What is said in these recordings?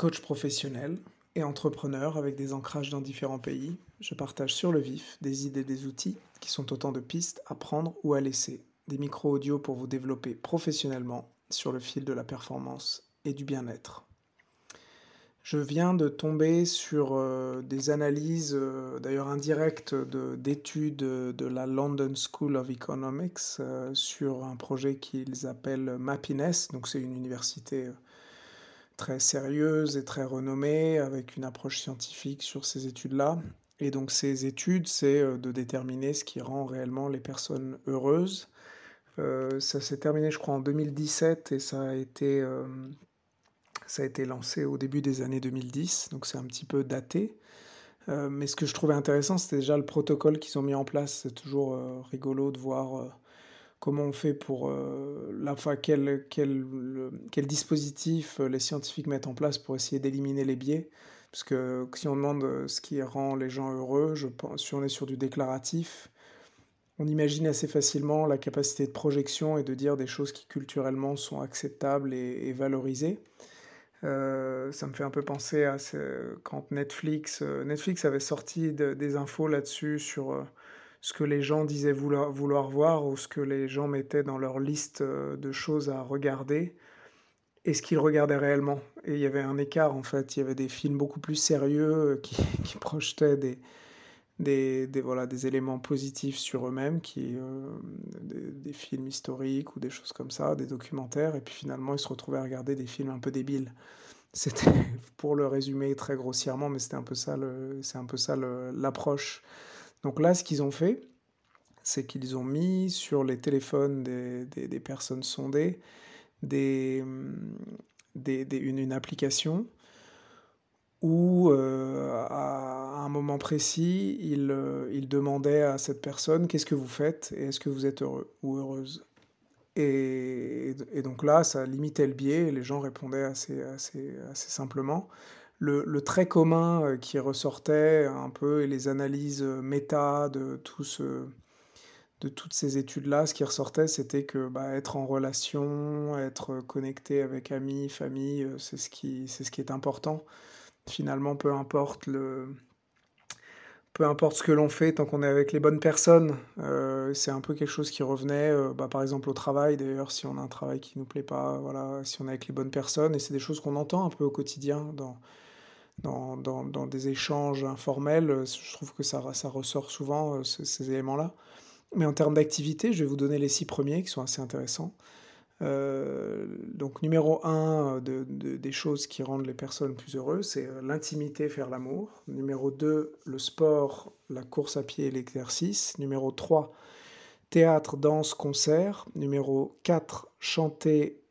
Coach professionnel et entrepreneur avec des ancrages dans différents pays, je partage sur le vif des idées et des outils qui sont autant de pistes à prendre ou à laisser. Des micros audio pour vous développer professionnellement sur le fil de la performance et du bien-être. Je viens de tomber sur des analyses, d'ailleurs indirectes, d'études de la London School of Economics sur un projet qu'ils appellent Mappiness. Donc c'est une université très sérieuse et très renommée, avec une approche scientifique sur ces études-là. Et donc ces études, c'est de déterminer ce qui rend réellement les personnes heureuses. Ça s'est terminé, je crois, en 2017 et ça a été lancé au début des années 2010, donc c'est un petit peu daté. Mais ce que je trouvais intéressant, c'était déjà le protocole qu'ils ont mis en place. C'est toujours rigolo de voir comment on fait pour la fois quel dispositif les scientifiques mettent en place pour essayer d'éliminer les biais. Parce que si on demande ce qui rend les gens heureux, je pense, si on est sur du déclaratif, on imagine assez facilement la capacité de projection et de dire des choses qui culturellement sont acceptables et valorisées. Ça me fait un peu penser à quand Netflix avait sorti des infos là-dessus sur ce que les gens disaient vouloir voir ou ce que les gens mettaient dans leur liste de choses à regarder et ce qu'ils regardaient réellement. Et il y avait un écart en fait. Il y avait des films beaucoup plus sérieux qui projetaient voilà, des éléments positifs sur eux-mêmes, des films historiques ou des choses comme ça, des documentaires. Et puis finalement, ils se retrouvaient à regarder des films un peu débiles. C'était, pour le résumer très grossièrement, mais c'est un peu ça l'approche. Donc là, ce qu'ils ont fait, c'est qu'ils ont mis sur les téléphones des personnes sondées des, une application où, à un moment précis, ils demandaient à cette personne: «Qu'est-ce que vous faites et est-ce que vous êtes heureux ou heureuse?» Et donc là, ça limitait le biais et les gens répondaient assez simplement. Le trait commun qui ressortait un peu et les analyses méta de toutes ces études-là, ce qui ressortait, c'était que bah, être en relation, être connecté avec amis, famille, c'est ce qui est important. Finalement, peu importe ce que l'on fait, tant qu'on est avec les bonnes personnes, c'est un peu quelque chose qui revenait, bah, par exemple au travail d'ailleurs, si on a un travail qui nous plaît pas, voilà, si on est avec les bonnes personnes et c'est des choses qu'on entend un peu au quotidien dans des échanges informels, je trouve que ça ressort souvent, ces éléments-là. Mais en termes d'activité, je vais vous donner les 6 premiers qui sont assez intéressants. Donc numéro un des choses qui rendent les personnes plus heureuses, c'est, l'intimité, faire l'amour. Numéro 2, le sport, la course à pied et l'exercice. Numéro 3, théâtre, danse, concert. Numéro 4, chanter,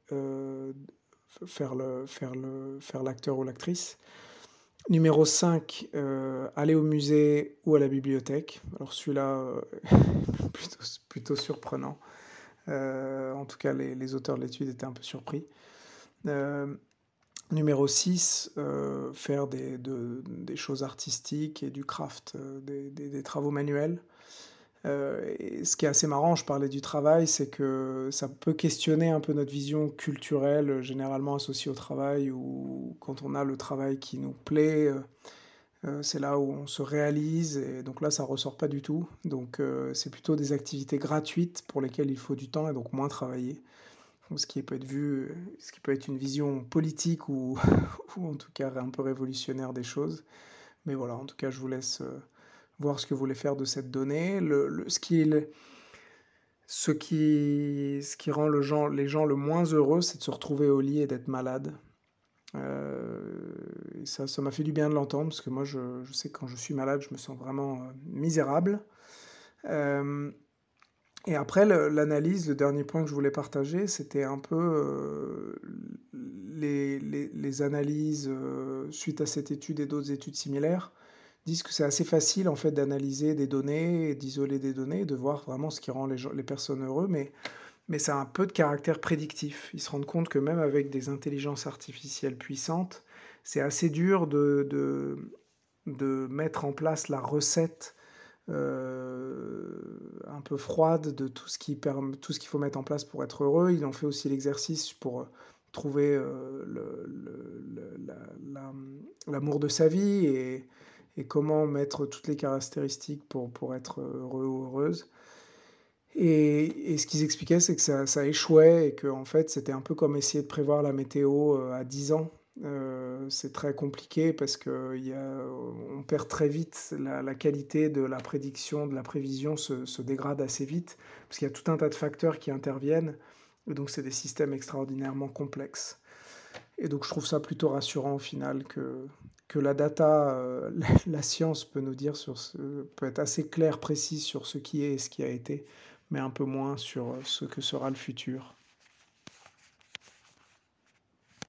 faire l'acteur ou l'actrice. Numéro 5, aller au musée ou à la bibliothèque. Alors celui-là, plutôt plutôt surprenant. En tout cas, les auteurs de l'étude étaient un peu surpris. Euh, Numéro 6, faire des choses artistiques et du craft, des travaux manuels. Et ce qui est assez marrant, je parlais du travail, c'est que ça peut questionner un peu notre vision culturelle, généralement associée au travail, ou quand on a le travail qui nous plaît, c'est là où on se réalise, et donc là, ça ressort pas du tout. Donc c'est plutôt des activités gratuites pour lesquelles il faut du temps et donc moins travailler. Ce qui peut être une vision politique ou, ou en tout cas un peu révolutionnaire des choses. Mais voilà, en tout cas, je vous laisse voir ce que vous voulez faire de cette donnée. Ce qui rend les gens le moins heureux, c'est de se retrouver au lit et d'être malade. Et ça m'a fait du bien de l'entendre, parce que moi, je sais que quand je suis malade, je me sens vraiment misérable. Euh, Et après, l'analyse, le dernier point que je voulais partager, c'était un peu les analyses suite à cette étude et d'autres études similaires disent que c'est assez facile en fait d'analyser des données, et d'isoler des données, de voir vraiment ce qui rend les personnes heureux, mais ça a un peu de caractère prédictif. Ils se rendent compte que même avec des intelligences artificielles puissantes, c'est assez dur de mettre en place la recette un peu froide de tout ce qu'il faut mettre en place pour être heureux. Ils ont fait aussi l'exercice pour trouver l'amour de sa vie et comment mettre toutes les caractéristiques pour être heureux ou heureuse. Et ce qu'ils expliquaient, c'est que ça échouait et qu'en fait, c'était un peu comme essayer de prévoir la météo, à 10 ans. C'est très compliqué parce on perd très vite la qualité de la prédiction, de la prévision se dégrade assez vite, parce qu'il y a tout un tas de facteurs qui interviennent et donc c'est des systèmes extraordinairement complexes. Et donc je trouve ça plutôt rassurant au final que la data, la science peut nous dire peut être assez claire, précise sur ce qui est et ce qui a été, mais un peu moins sur, ce que sera le futur.